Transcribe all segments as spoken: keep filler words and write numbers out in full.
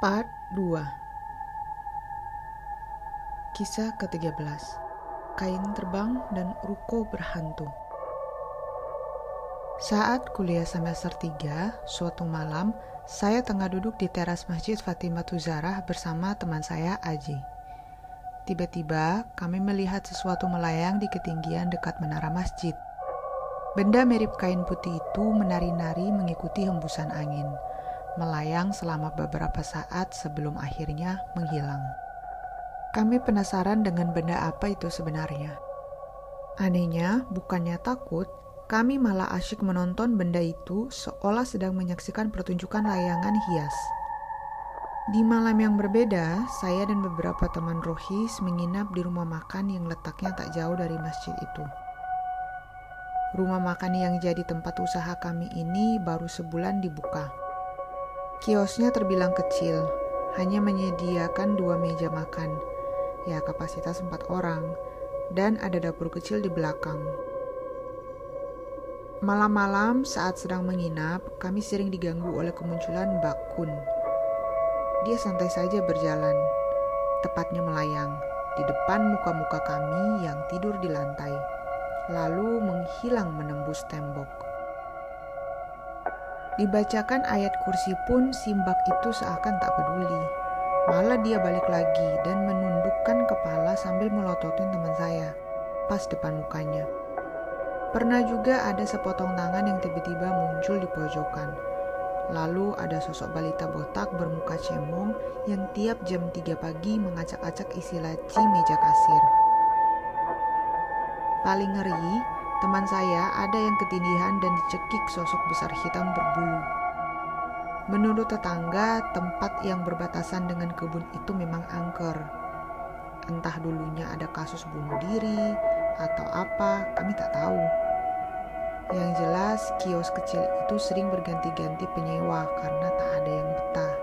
Part dua. Kisah ketiga belas. Kain terbang dan ruko berhantu. Saat kuliah semester tiga, suatu malam, saya tengah duduk di teras Masjid Fatimah Zarah bersama teman saya, Aji. Tiba-tiba, kami melihat sesuatu melayang di ketinggian dekat menara masjid. Benda mirip kain putih itu menari-nari mengikuti hembusan angin, melayang selama beberapa saat sebelum akhirnya menghilang. Kami penasaran dengan benda apa itu sebenarnya. Anehnya, bukannya takut, kami malah asyik menonton benda itu seolah sedang menyaksikan pertunjukan layangan hias. Di malam yang berbeda, saya dan beberapa teman Rohis menginap di rumah makan yang letaknya tak jauh dari masjid itu. Rumah makan yang jadi tempat usaha kami ini baru sebulan dibuka. Kiosnya terbilang kecil, hanya menyediakan dua meja makan, ya kapasitas empat orang, dan ada dapur kecil di belakang. Malam-malam saat sedang menginap, kami sering diganggu oleh kemunculan Mbak Kun. Dia santai saja berjalan, tepatnya melayang, di depan muka-muka kami yang tidur di lantai, lalu menghilang menembus tembok. Dibacakan ayat kursi pun si Mbak itu seakan tak peduli. Malah dia balik lagi dan menundukkan kepala sambil melototin teman saya, pas depan mukanya. Pernah juga ada sepotong tangan yang tiba-tiba muncul di pojokan. Lalu ada sosok balita botak bermuka cemong yang tiap jam tiga pagi mengacak-acak isi laci meja kasir. Paling ngeri, teman saya ada yang ketindihan dan dicekik sosok besar hitam berbulu. Menurut tetangga, tempat yang berbatasan dengan kebun itu memang angker. Entah dulunya ada kasus bunuh diri atau apa, kami tak tahu. Yang jelas, kios kecil itu sering berganti-ganti penyewa karena tak ada yang betah.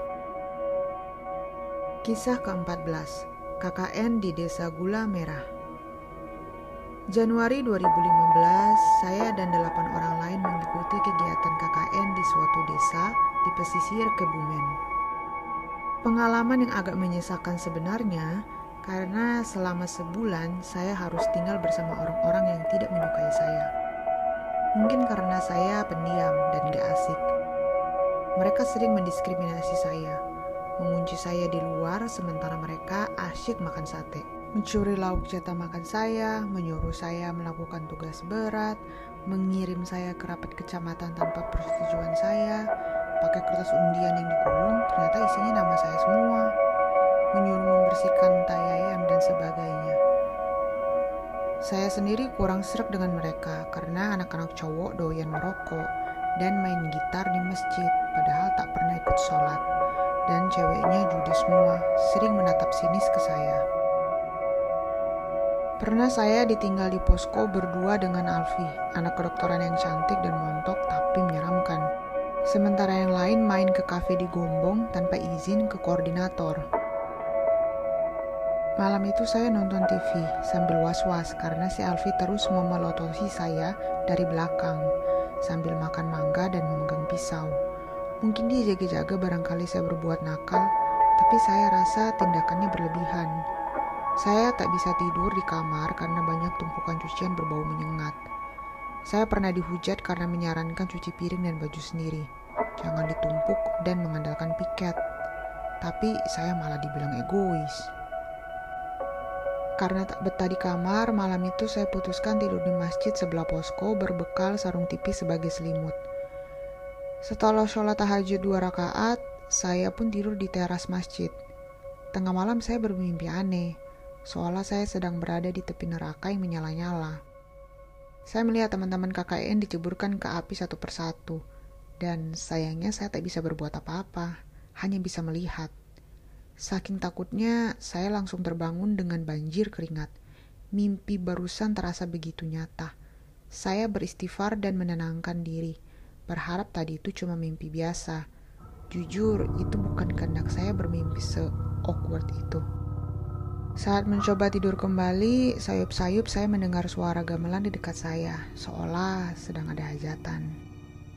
Kisah keempat belas. K K N di Desa Gula Merah. Januari dua ribu lima belas, saya dan delapan orang lain mengikuti kegiatan K K N di suatu desa di pesisir Kebumen. Pengalaman yang agak menyesakan sebenarnya, karena selama sebulan saya harus tinggal bersama orang-orang yang tidak menyukai saya. Mungkin karena saya pendiam dan gak asik. Mereka sering mendiskriminasi saya, mengunci saya di luar sementara mereka asyik makan sate. Mencuri lauk jatah makan saya, menyuruh saya melakukan tugas berat, mengirim saya ke rapat kecamatan tanpa persetujuan saya, pakai kertas undian yang digulung, ternyata isinya nama saya semua, menyuruh membersihkan tai ayam dan sebagainya. Saya sendiri kurang sreg dengan mereka karena anak-anak cowok doyan merokok dan main gitar di masjid, padahal tak pernah ikut sholat, dan ceweknya judi semua, sering menatap sinis ke saya. Pernah saya ditinggal di posko berdua dengan Alfi, anak kedokteran yang cantik dan montok tapi menyeramkan. Sementara yang lain main ke kafe di Gombong tanpa izin ke koordinator. Malam itu saya nonton T V sambil was-was karena si Alfi terus memelototi saya dari belakang sambil makan mangga dan memegang pisau. Mungkin dia jaga-jaga barangkali saya berbuat nakal, tapi saya rasa tindakannya berlebihan. Saya tak bisa tidur di kamar karena banyak tumpukan cucian berbau menyengat. Saya pernah dihujat karena menyarankan cuci piring dan baju sendiri. Jangan ditumpuk dan mengandalkan piket. Tapi saya malah dibilang egois. Karena tak betah di kamar, malam itu saya putuskan tidur di masjid sebelah posko berbekal sarung tipis sebagai selimut. Setelah sholat tahajud dua rakaat, saya pun tidur di teras masjid. Tengah malam saya bermimpi aneh, seolah saya sedang berada di tepi neraka yang menyala-nyala. Saya melihat teman-teman K K N diceburkan ke api satu persatu, dan sayangnya saya tak bisa berbuat apa-apa, hanya bisa melihat. Saking takutnya, saya langsung terbangun dengan banjir keringat. Mimpi barusan terasa begitu nyata. Saya beristighfar dan menenangkan diri, berharap tadi itu cuma mimpi biasa. Jujur, itu bukan kehendak saya bermimpi se-awkward itu. Saat mencoba tidur kembali, sayup-sayup saya mendengar suara gamelan di dekat saya, seolah sedang ada hajatan.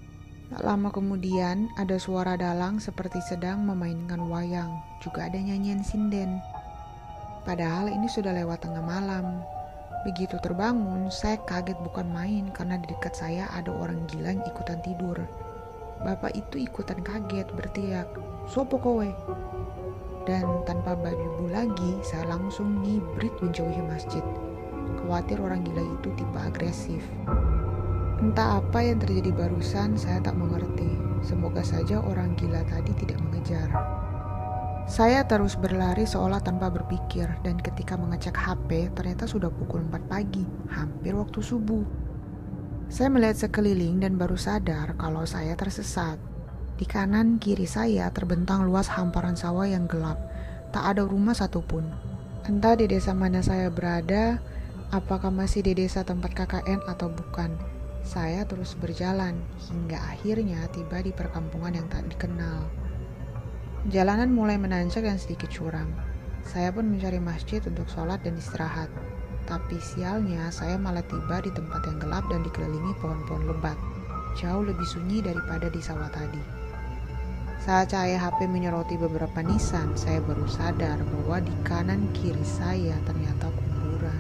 Tak lama kemudian, ada suara dalang seperti sedang memainkan wayang. Juga ada nyanyian sinden. Padahal ini sudah lewat tengah malam. Begitu terbangun, saya kaget bukan main karena di dekat saya ada orang gila yang ikutan tidur. Bapak itu ikutan kaget berteriak, "Sopo kowe?" Dan tanpa babi-bu lagi, saya langsung ngibrit menjauhi masjid. Khawatir orang gila itu tipe agresif. Entah apa yang terjadi barusan, saya tak mengerti. Semoga saja orang gila tadi tidak mengejar. Saya terus berlari seolah tanpa berpikir, dan ketika mengecek H P, ternyata sudah pukul empat pagi, hampir waktu subuh. Saya melihat sekeliling dan baru sadar kalau saya tersesat. Di kanan kiri saya terbentang luas hamparan sawah yang gelap. Tak ada rumah satupun. Entah di desa mana saya berada, apakah masih di desa tempat K K N atau bukan. Saya terus berjalan, hingga akhirnya tiba di perkampungan yang tak dikenal. Jalanan mulai menanjak dan sedikit curam. Saya pun mencari masjid untuk sholat dan istirahat. Tapi sialnya saya malah tiba di tempat yang gelap dan dikelilingi pohon-pohon lebat. Jauh lebih sunyi daripada di sawah tadi. Saat cahaya H P menyoroti beberapa nisan, saya baru sadar bahwa di kanan kiri saya ternyata kuburan.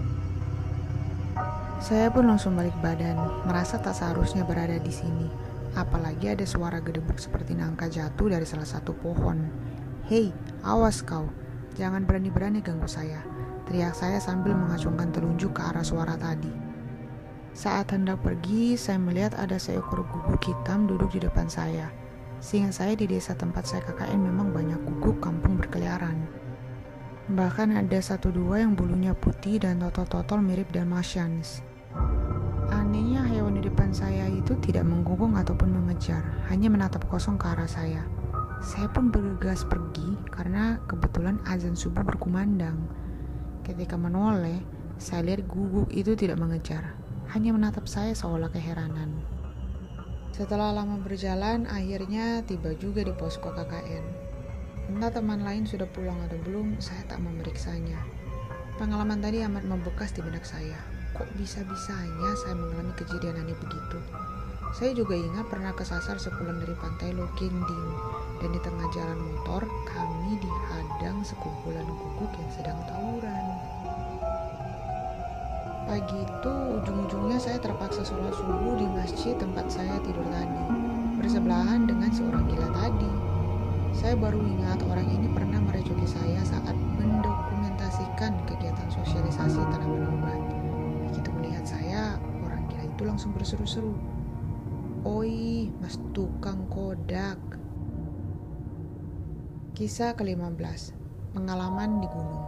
Saya pun langsung balik badan, merasa tak seharusnya berada di sini. Apalagi ada suara gedebuk seperti nangka jatuh dari salah satu pohon. "Hei, awas kau, jangan berani-berani ganggu saya," teriak saya sambil mengacungkan telunjuk ke arah suara tadi. Saat hendak pergi, saya melihat ada seekor guguk hitam duduk di depan saya. Seingat saya di desa tempat saya K K N memang banyak guguk kampung berkeliaran. Bahkan ada satu dua yang bulunya putih dan totol-totol mirip Dalmatians. Anehnya hewan di depan saya itu tidak menggonggong ataupun mengejar, hanya menatap kosong ke arah saya. Saya pun bergegas pergi karena kebetulan azan subuh berkumandang. Ketika menoleh, saya lihat guguk itu tidak mengejar, hanya menatap saya seolah keheranan. Setelah lama berjalan, akhirnya tiba juga di posko K K N. Entah teman lain sudah pulang atau belum, saya tak memeriksanya. Pengalaman tadi amat membekas di benak saya. Kok bisa-bisanya saya mengalami kejadian aneh begitu? Saya juga ingat pernah kesasar sepulang dari pantai Lokending, dan di tengah jalan motor kami dihadang sekumpulan guguk yang sedang tawuran. Pagi itu ujung-ujungnya saya terpaksa sholat subuh di masjid tempat saya tidur tadi, bersebelahan dengan seorang gila tadi. Saya baru ingat orang ini pernah merecoki saya saat mendokumentasikan kegiatan sosialisasi tanaman obat. Begitu melihat saya, orang gila itu langsung berseru-seru, "Oi, mas tukang kodak." Kisah kelima belas, pengalaman di gunung.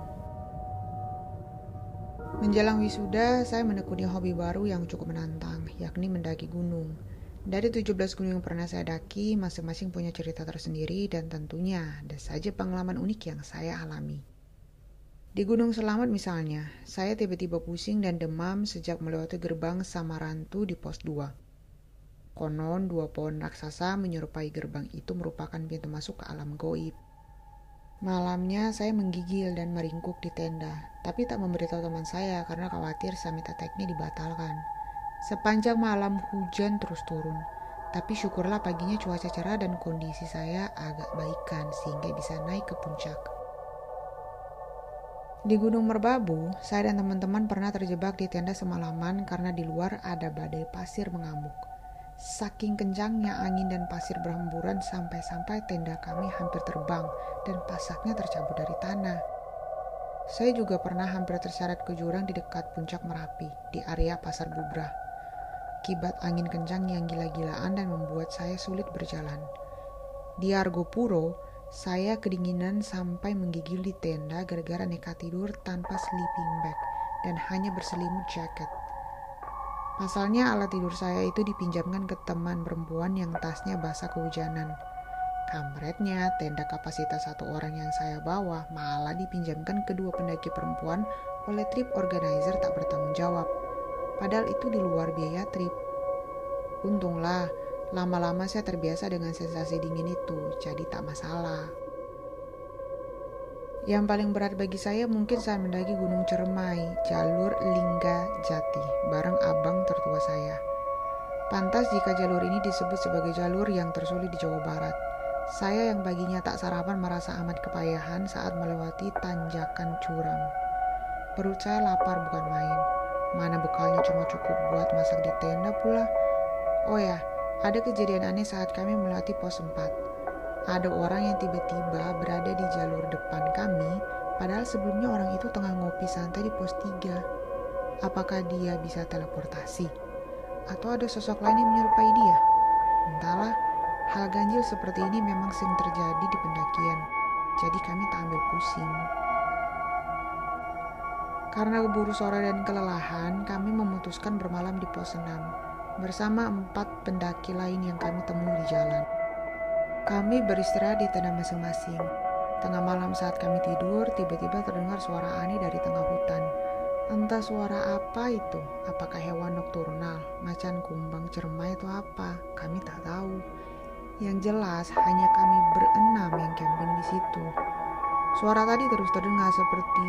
Menjelang wisuda, saya menekuni hobi baru yang cukup menantang, yakni mendaki gunung. Dari tujuh belas gunung yang pernah saya daki, masing-masing punya cerita tersendiri dan tentunya ada saja pengalaman unik yang saya alami. Di Gunung Selamat misalnya, saya tiba-tiba pusing dan demam sejak melewati gerbang Samarantu di pos dua. Konon dua pohon raksasa menyerupai gerbang itu merupakan pintu masuk ke alam goib. Malamnya saya menggigil dan meringkuk di tenda, tapi tak memberitahu teman saya karena khawatir summit attack-nya dibatalkan. Sepanjang malam hujan terus turun, tapi syukurlah paginya cuaca cerah dan kondisi saya agak baikan sehingga bisa naik ke puncak. Di Gunung Merbabu, saya dan teman-teman pernah terjebak di tenda semalaman karena di luar ada badai pasir mengamuk. Saking kencangnya angin dan pasir berhamburan sampai-sampai tenda kami hampir terbang dan pasaknya tercabut dari tanah. Saya juga pernah hampir terseret ke jurang di dekat puncak Merapi, di area Pasar Bubrah. Akibat angin kencang yang gila-gilaan dan membuat saya sulit berjalan. Di Argopuro, saya kedinginan sampai menggigil di tenda gara-gara nekat tidur tanpa sleeping bag dan hanya berselimut jaket. Pasalnya alat tidur saya itu dipinjamkan ke teman perempuan yang tasnya basah kehujanan. Kampretnya, tenda kapasitas satu orang yang saya bawa malah dipinjamkan kedua pendaki perempuan oleh trip organizer tak bertanggung jawab. Padahal itu di luar biaya trip. Untunglah, lama-lama saya terbiasa dengan sensasi dingin itu, jadi tak masalah. Yang paling berat bagi saya mungkin saat mendaki Gunung Cermai, jalur Lingga Jati, bareng abang tertua saya. Pantas jika jalur ini disebut sebagai jalur yang tersulit di Jawa Barat. Saya yang baginya tak sarapan merasa amat kepayahan saat melewati tanjakan curam. Perut saya lapar bukan main. Mana bekalnya cuma cukup buat masak di tenda pula. Oh ya, ada kejadian aneh saat kami melewati pos empat. Ada orang yang tiba-tiba berada di jalur depan kami, padahal sebelumnya orang itu tengah ngopi santai di pos tiga. Apakah dia bisa teleportasi? Atau ada sosok lain yang menyerupai dia? Entahlah, hal ganjil seperti ini memang sering terjadi di pendakian, jadi kami tak ambil pusing. Karena keburu sore dan kelelahan, kami memutuskan bermalam di pos enam, bersama empat pendaki lain yang kami temui di jalan. Kami beristirahat di tenda masing-masing. Tengah malam saat kami tidur, tiba-tiba terdengar suara aneh dari tengah hutan. Entah suara apa itu, apakah hewan nokturnal, macan kumbang, cermai atau apa, kami tak tahu. Yang jelas hanya kami berenam yang camping di situ. Suara tadi terus terdengar seperti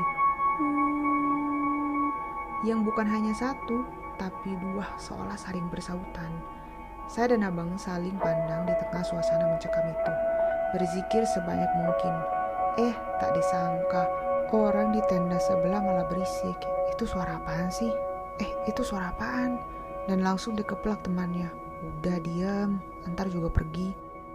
yang bukan hanya satu, tapi dua seolah saling bersautan. Saya dan abang saling pandang di tengah suasana mencekam itu, berzikir sebanyak mungkin. Eh, tak disangka, orang di tenda sebelah malah berisik. Itu suara apaan sih? Eh, itu suara apaan? Dan langsung dikeplak temannya. Udah diam, ntar juga pergi.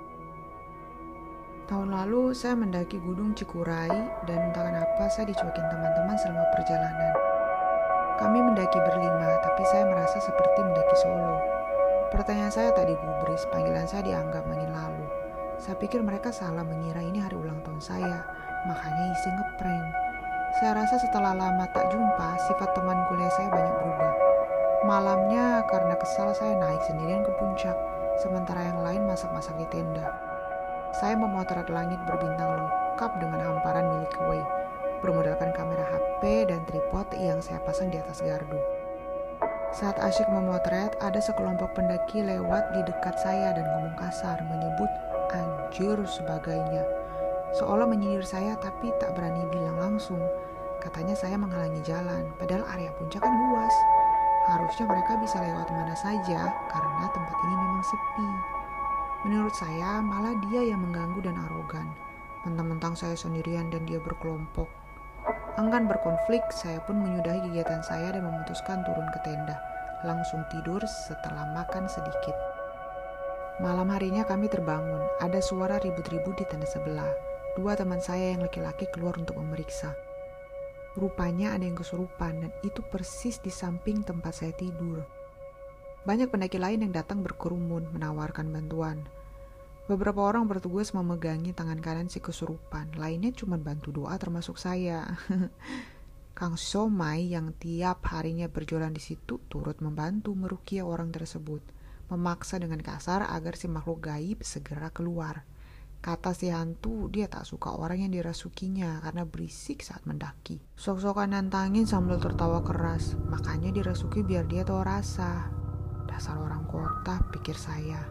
Tahun lalu saya mendaki Gunung Cikuray dan entah kenapa saya dicuekin teman-teman selama perjalanan. Kami mendaki berlima, tapi saya merasa seperti mendaki solo. Pertanyaan saya tak digubris, panggilan saya dianggap makin lalu. Saya pikir mereka salah mengira ini hari ulang tahun saya, makanya isi ngeprank. Saya rasa setelah lama tak jumpa, sifat teman kuliah saya banyak berubah. Malamnya karena kesal saya naik sendirian ke puncak, sementara yang lain masak-masak di tenda. Saya memotret langit berbintang lengkap dengan hamparan Milky Way, bermodalkan kamera H P dan tripod yang saya pasang di atas gardu. Saat asyik memotret, ada sekelompok pendaki lewat di dekat saya dan ngomong kasar, menyebut anjir sebagainya. Seolah menyindir saya tapi tak berani bilang langsung. Katanya saya menghalangi jalan, padahal area puncak kan luas. Harusnya mereka bisa lewat mana saja karena tempat ini memang sepi. Menurut saya malah dia yang mengganggu dan arogan. Mentang-mentang saya sendirian dan dia berkelompok. Enggan berkonflik, saya pun menyudahi kegiatan saya dan memutuskan turun ke tenda. Langsung tidur setelah makan sedikit. Malam harinya kami terbangun, ada suara ribut-ribut di tenda sebelah. Dua teman saya yang laki-laki keluar untuk memeriksa. Rupanya ada yang kesurupan dan itu persis di samping tempat saya tidur. Banyak pendaki lain yang datang berkerumun menawarkan bantuan. Beberapa orang bertugas memegangi tangan kanan si kesurupan, lainnya cuma bantu doa termasuk saya. Kang Somai yang tiap harinya berjualan di situ turut membantu meruqyah orang tersebut, memaksa dengan kasar agar si makhluk gaib segera keluar. Kata si hantu, dia tak suka orang yang dirasukinya karena berisik saat mendaki. Sok-sokan nantangin sambil tertawa keras, makanya dirasuki biar dia tahu rasa. Dasar orang kota, pikir saya.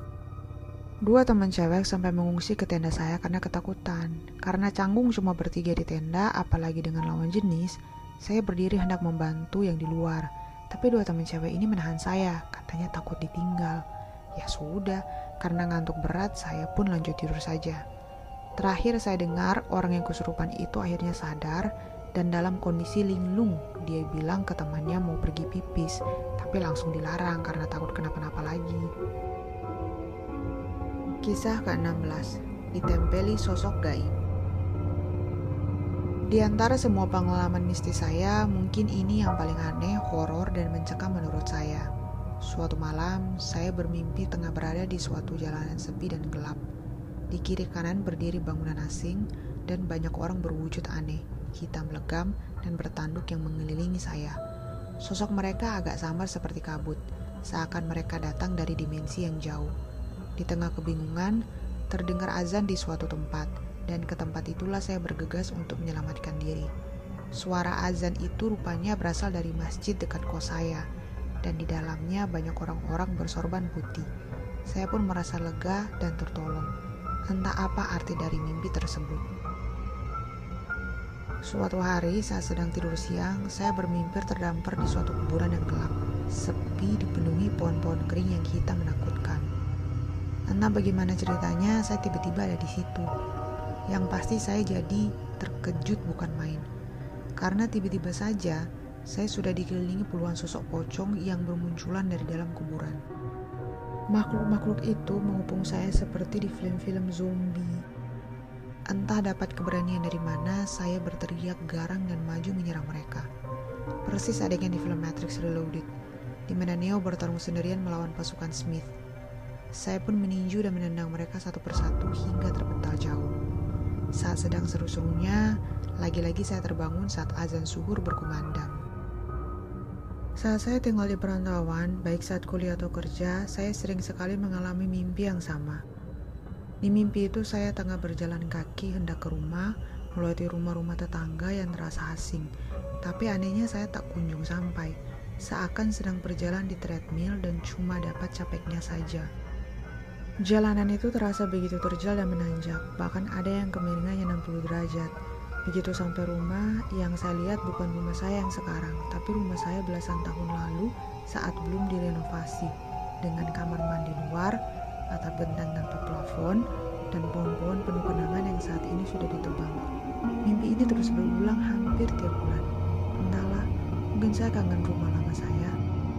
Dua teman cewek sampai mengungsi ke tenda saya karena ketakutan. Karena canggung cuma bertiga di tenda, apalagi dengan lawan jenis, saya berdiri hendak membantu yang di luar. Tapi dua teman cewek ini menahan saya, katanya takut ditinggal. Ya sudah, karena ngantuk berat, saya pun lanjut tidur saja. Terakhir saya dengar orang yang kesurupan itu akhirnya sadar dan dalam kondisi linglung. Dia bilang ke temannya mau pergi pipis, tapi langsung dilarang karena takut kenapa-napa lagi. Kisah ke enam belas, ditempeli sosok gaib. Di antara semua pengalaman mistis saya, mungkin ini yang paling aneh, horor dan mencekam menurut saya. Suatu malam, saya bermimpi tengah berada di suatu jalanan sepi dan gelap. Di kiri kanan berdiri bangunan asing dan banyak orang berwujud aneh, hitam legam dan bertanduk yang mengelilingi saya. Sosok mereka agak samar seperti kabut, seakan mereka datang dari dimensi yang jauh. Di tengah kebingungan, terdengar azan di suatu tempat, dan ke tempat itulah saya bergegas untuk menyelamatkan diri. Suara azan itu rupanya berasal dari masjid dekat kos saya, dan di dalamnya banyak orang-orang bersorban putih. Saya pun merasa lega dan tertolong. Entah apa arti dari mimpi tersebut. Suatu hari saat sedang tidur siang, saya bermimpi terdampar di suatu kuburan yang gelap. sepi dipenuhi pohon-pohon kering yang hitam menakutkan. Entah bagaimana ceritanya, saya tiba-tiba ada di situ. Yang pasti saya jadi terkejut bukan main. Karena tiba-tiba saja, saya sudah dikelilingi puluhan sosok pocong yang bermunculan dari dalam kuburan. Makhluk-makhluk itu mengepung saya seperti di film-film zombie. Entah dapat keberanian dari mana, saya berteriak garang dan maju menyerang mereka. Persis adegan di film Matrix Reloaded, di mana Neo bertarung sendirian melawan pasukan Smith. Saya pun meninju dan menendang mereka satu persatu hingga terpental jauh. Saat sedang seru-serunya, lagi-lagi saya terbangun saat azan zuhur berkumandang. Saat saya tinggal di perantauan, baik saat kuliah atau kerja, saya sering sekali mengalami mimpi yang sama. Di mimpi itu saya tengah berjalan kaki hendak ke rumah, melewati rumah-rumah tetangga yang terasa asing. Tapi anehnya saya tak kunjung sampai, seakan sedang berjalan di treadmill dan cuma dapat capeknya saja. Jalanan itu terasa begitu terjal dan menanjak, bahkan ada yang kemiringannya enam puluh derajat. Begitu sampai rumah, yang saya lihat bukan rumah saya yang sekarang, tapi rumah saya belasan tahun lalu saat belum direnovasi, dengan kamar mandi luar, atap bentang tanpa plafon, dan pohon-pohon penuh kenangan yang saat ini sudah ditebang. Mimpi ini terus berulang hampir tiap bulan. Entahlah, mungkin saya kangen rumah lama saya.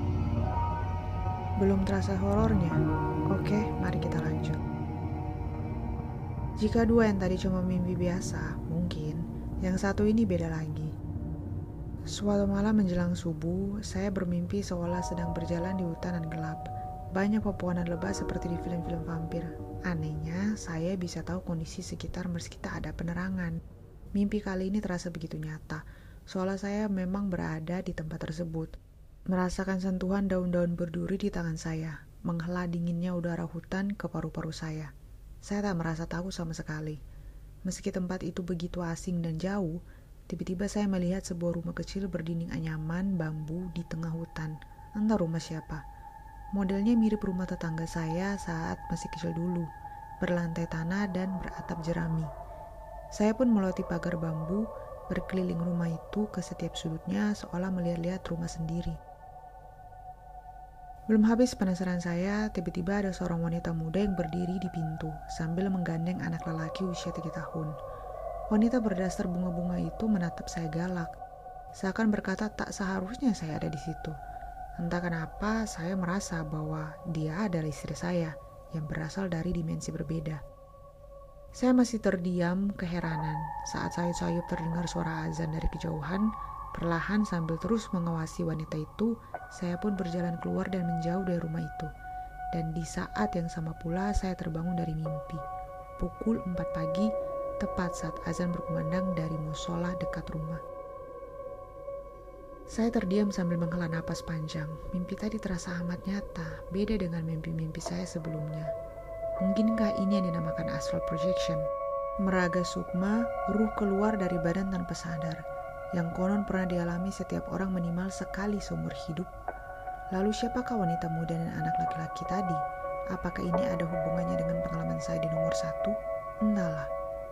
Belum terasa horornya? Oke, mari kita lanjut. Jika dua yang tadi cuma mimpi biasa, mungkin yang satu ini beda lagi. Suatu malam menjelang subuh, saya bermimpi seolah sedang berjalan di hutan dan gelap. Banyak pepohonan lebat seperti di film-film vampir. Anehnya, saya bisa tahu kondisi sekitar meski tak ada penerangan. Mimpi kali ini terasa begitu nyata, seolah saya memang berada di tempat tersebut. Merasakan sentuhan daun-daun berduri di tangan saya, menghela dinginnya udara hutan ke paru-paru saya. Saya tak merasa takut sama sekali. Meski tempat itu begitu asing dan jauh, tiba-tiba saya melihat sebuah rumah kecil berdinding anyaman bambu di tengah hutan. Entah rumah siapa. Modelnya mirip rumah tetangga saya saat masih kecil dulu, berlantai tanah dan beratap jerami. Saya pun melewati pagar bambu, berkeliling rumah itu ke setiap sudutnya seolah melihat-lihat rumah sendiri. Belum habis penasaran saya, tiba-tiba ada seorang wanita muda yang berdiri di pintu sambil menggandeng anak lelaki usia tiga tahun. Wanita berdasar bunga-bunga itu menatap saya galak, seakan berkata tak seharusnya saya ada di situ. Entah kenapa saya merasa bahwa dia adalah istri saya yang berasal dari dimensi berbeda. Saya masih terdiam keheranan saat sayup-sayup terdengar suara azan dari kejauhan. Perlahan sambil terus mengawasi wanita itu, saya pun berjalan keluar dan menjauh dari rumah itu. Dan di saat yang sama pula saya terbangun dari mimpi. Pukul empat pagi, tepat saat azan berkumandang dari musola dekat rumah. Saya terdiam sambil menghela napas panjang. Mimpi tadi terasa amat nyata, beda dengan mimpi-mimpi saya sebelumnya. Mungkinkah ini yang dinamakan astral projection? Meraga sukma, ruh keluar dari badan tanpa sadar, yang konon pernah dialami setiap orang minimal sekali seumur hidup. Lalu siapakah wanita muda dan anak laki-laki tadi? Apakah ini ada hubungannya dengan pengalaman saya di nomor satu? Entahlah.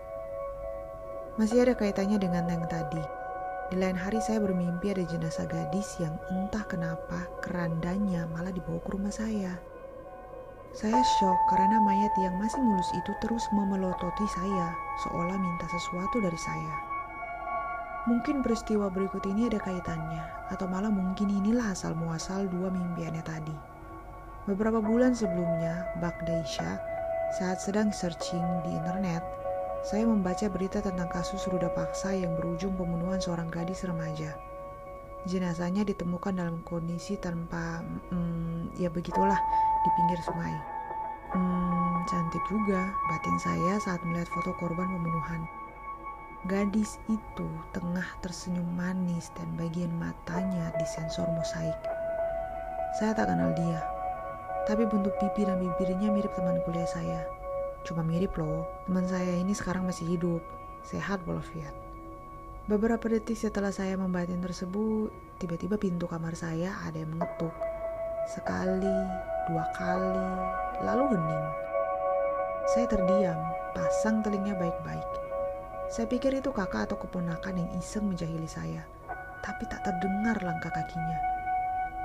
Masih ada kaitannya dengan yang tadi. Di lain hari saya bermimpi ada jenazah gadis yang entah kenapa kerandanya malah dibawa ke rumah saya. Saya shock karena mayat yang masih mulus itu terus memelototi saya, seolah minta sesuatu dari saya. Mungkin peristiwa berikut ini ada kaitannya, atau malah mungkin inilah asal muasal dua mimpiannya tadi. Beberapa bulan sebelumnya, Bagdaisha, saat sedang searching di internet, saya membaca berita tentang kasus ruda paksa yang berujung pembunuhan seorang gadis remaja. Jenazahnya ditemukan dalam kondisi tanpa, hmm, ya begitulah, di pinggir sungai. Hmm, cantik juga batin saya saat melihat foto korban pembunuhan. Gadis itu tengah tersenyum manis dan bagian matanya disensor mosaik. Saya tak kenal dia, tapi bentuk pipi dan bibirnya mirip teman kuliah saya. Cuma mirip loh, teman saya ini sekarang masih hidup, sehat walafiat. Beberapa detik setelah saya membatin tersebut, tiba-tiba pintu kamar saya ada yang mengetuk. Sekali, dua kali, lalu hening. Saya terdiam, pasang telinga baik-baik. Saya pikir itu kakak atau keponakan yang iseng menjahili saya, tapi tak terdengar langkah kakinya.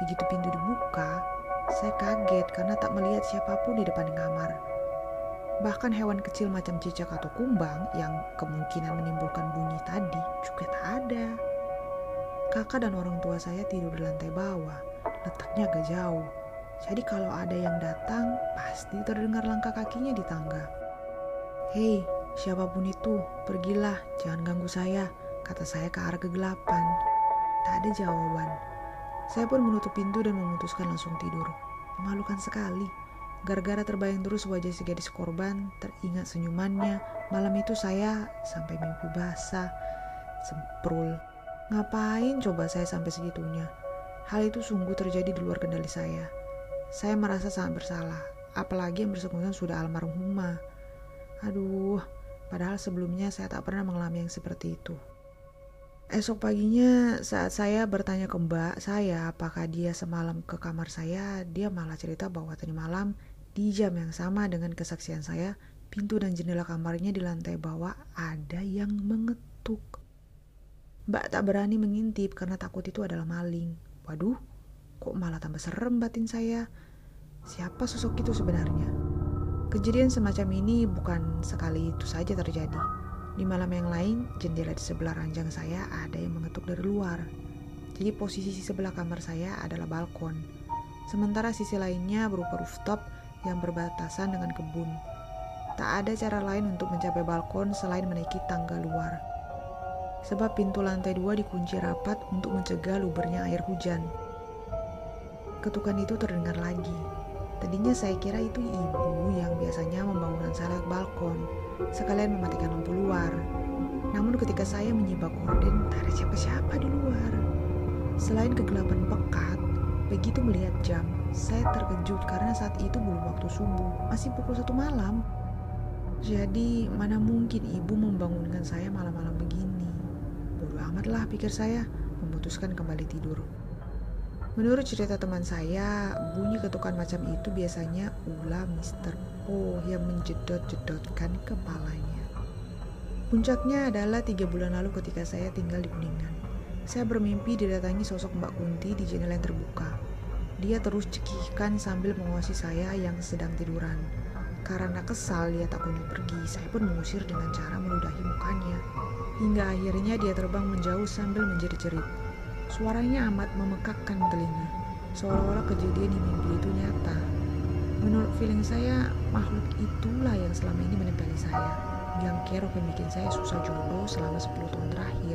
Begitu pintu dibuka, saya kaget karena tak melihat siapapun di depan kamar. Bahkan hewan kecil macam cicak atau kumbang yang kemungkinan menimbulkan bunyi tadi juga tak ada. Kakak dan orang tua saya tidur di lantai bawah, letaknya agak jauh. Jadi kalau ada yang datang, pasti terdengar langkah kakinya di tangga. "Hei, siapapun itu, pergilah, jangan ganggu saya," kata saya ke arah kegelapan. Tak ada jawaban. Saya pun menutup pintu dan memutuskan langsung tidur. Memalukan sekali. Gara-gara terbayang terus wajah si gadis korban, teringat senyumannya. Malam itu saya sampai mimpi basah. Semprul. Ngapain coba saya sampai segitunya? Hal itu sungguh terjadi di luar kendali saya. Saya merasa sangat bersalah. Apalagi yang bersangkutan sudah almarhumah. Aduh, padahal sebelumnya saya tak pernah mengalami yang seperti itu. Esok paginya saat saya bertanya ke mbak saya apakah dia semalam ke kamar saya, dia malah cerita bahwa tadi malam di jam yang sama dengan kesaksian saya, pintu dan jendela kamarnya di lantai bawah ada yang mengetuk. Mbak tak berani mengintip karena takut itu adalah maling. Waduh, kok malah tambah serem batin saya. Siapa sosok itu sebenarnya? Kejadian semacam ini bukan sekali itu saja terjadi. Di malam yang lain, jendela di sebelah ranjang saya ada yang mengetuk dari luar. Jadi posisi sebelah kamar saya adalah balkon. Sementara sisi lainnya berupa rooftop yang berbatasan dengan kebun. Tak ada cara lain untuk mencapai balkon selain menaiki tangga luar. Sebab pintu lantai dua dikunci rapat untuk mencegah lubernya air hujan. Ketukan itu terdengar lagi. Tadinya saya kira itu ibu yang biasanya membangunkan saya lewat balkon, sekalian mematikan lampu luar. Namun ketika saya menyimak gorden, tak ada siapa-siapa di luar. Selain kegelapan pekat, begitu melihat jam, saya terkejut karena saat itu belum waktu subuh, masih pukul satu malam. Jadi mana mungkin ibu membangunkan saya malam-malam begini? Bodoh amatlah, pikir saya, memutuskan kembali tidur. Menurut cerita teman saya, bunyi ketukan macam itu biasanya ulah mister O yang menjedot-jedotkan kepalanya. Puncaknya adalah tiga bulan lalu ketika saya tinggal di Kuningan. Saya bermimpi didatangi sosok Mbak Kunti di jendela yang terbuka. Dia terus cekihkan sambil mengawasi saya yang sedang tiduran. Karena kesal dia tak kunjung pergi, saya pun mengusir dengan cara meludahi mukanya. Hingga akhirnya dia terbang menjauh sambil menjerit-jerit. Suaranya amat memekakkan telinga, seolah-olah kejadian di mimpi itu nyata. Menurut feeling saya, makhluk itulah yang selama ini menempeli saya, yang kerok yang bikin saya susah jodoh selama sepuluh tahun terakhir.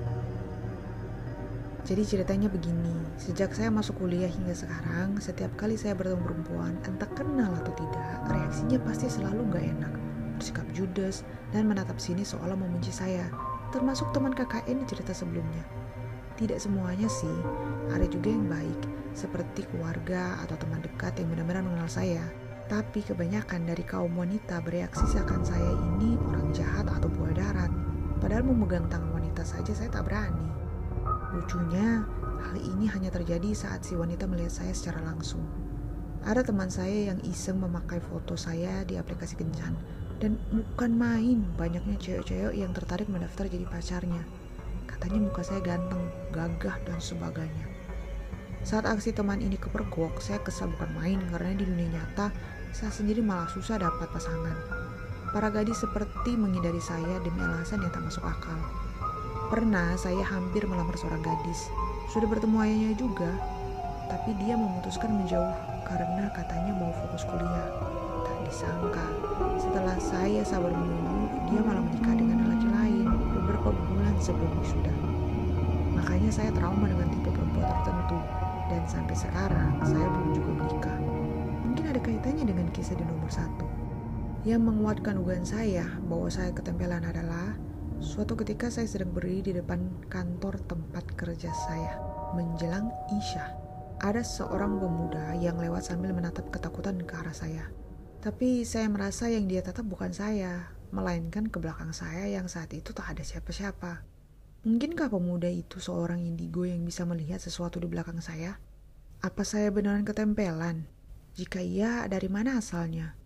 Jadi ceritanya begini, sejak saya masuk kuliah hingga sekarang, setiap kali saya bertemu perempuan, entah kenal atau tidak, reaksinya pasti selalu gak enak, bersikap judes, dan menatap sini seolah membenci saya, termasuk teman K K N di cerita sebelumnya. Tidak semuanya sih, ada juga yang baik, seperti keluarga atau teman dekat yang benar-benar mengenal saya. Tapi kebanyakan dari kaum wanita bereaksi seakan saya ini orang jahat atau buaya darat. Padahal memegang tangan wanita saja saya tak berani. Lucunya, hal ini hanya terjadi saat si wanita melihat saya secara langsung. Ada teman saya yang iseng memakai foto saya di aplikasi kencan. Dan bukan main, banyaknya cewek-cewek yang tertarik mendaftar jadi pacarnya. Katanya muka saya ganteng, gagah, dan sebagainya. Saat aksi teman ini kepergok, saya kesal bukan main karena di dunia nyata, saya sendiri malah susah dapat pasangan. Para gadis seperti menghindari saya demi alasan yang tak masuk akal. Pernah saya hampir melamar seorang gadis. Sudah bertemu ayahnya juga, tapi dia memutuskan menjauh karena katanya mau fokus kuliah. Tak disangka, setelah saya sabar menunggu, dia malah menikah dengan lelaki lain beberapa bulan sebelum wisuda. Makanya saya trauma dengan tipe perempuan tertentu, dan sampai sekarang saya belum juga menikah. Mungkin ada kaitannya dengan kisah di nomor satu. Yang menguatkan dugaan saya bahwa saya ketempelan adalah suatu ketika saya sedang berdiri di depan kantor tempat kerja saya. Menjelang Isya, ada seorang pemuda yang lewat sambil menatap ketakutan ke arah saya. Tapi saya merasa yang dia tatap bukan saya, melainkan ke belakang saya yang saat itu tak ada siapa-siapa. Mungkinkah pemuda itu seorang indigo yang bisa melihat sesuatu di belakang saya? Apa saya beneran ketempelan? Jika iya, dari mana asalnya?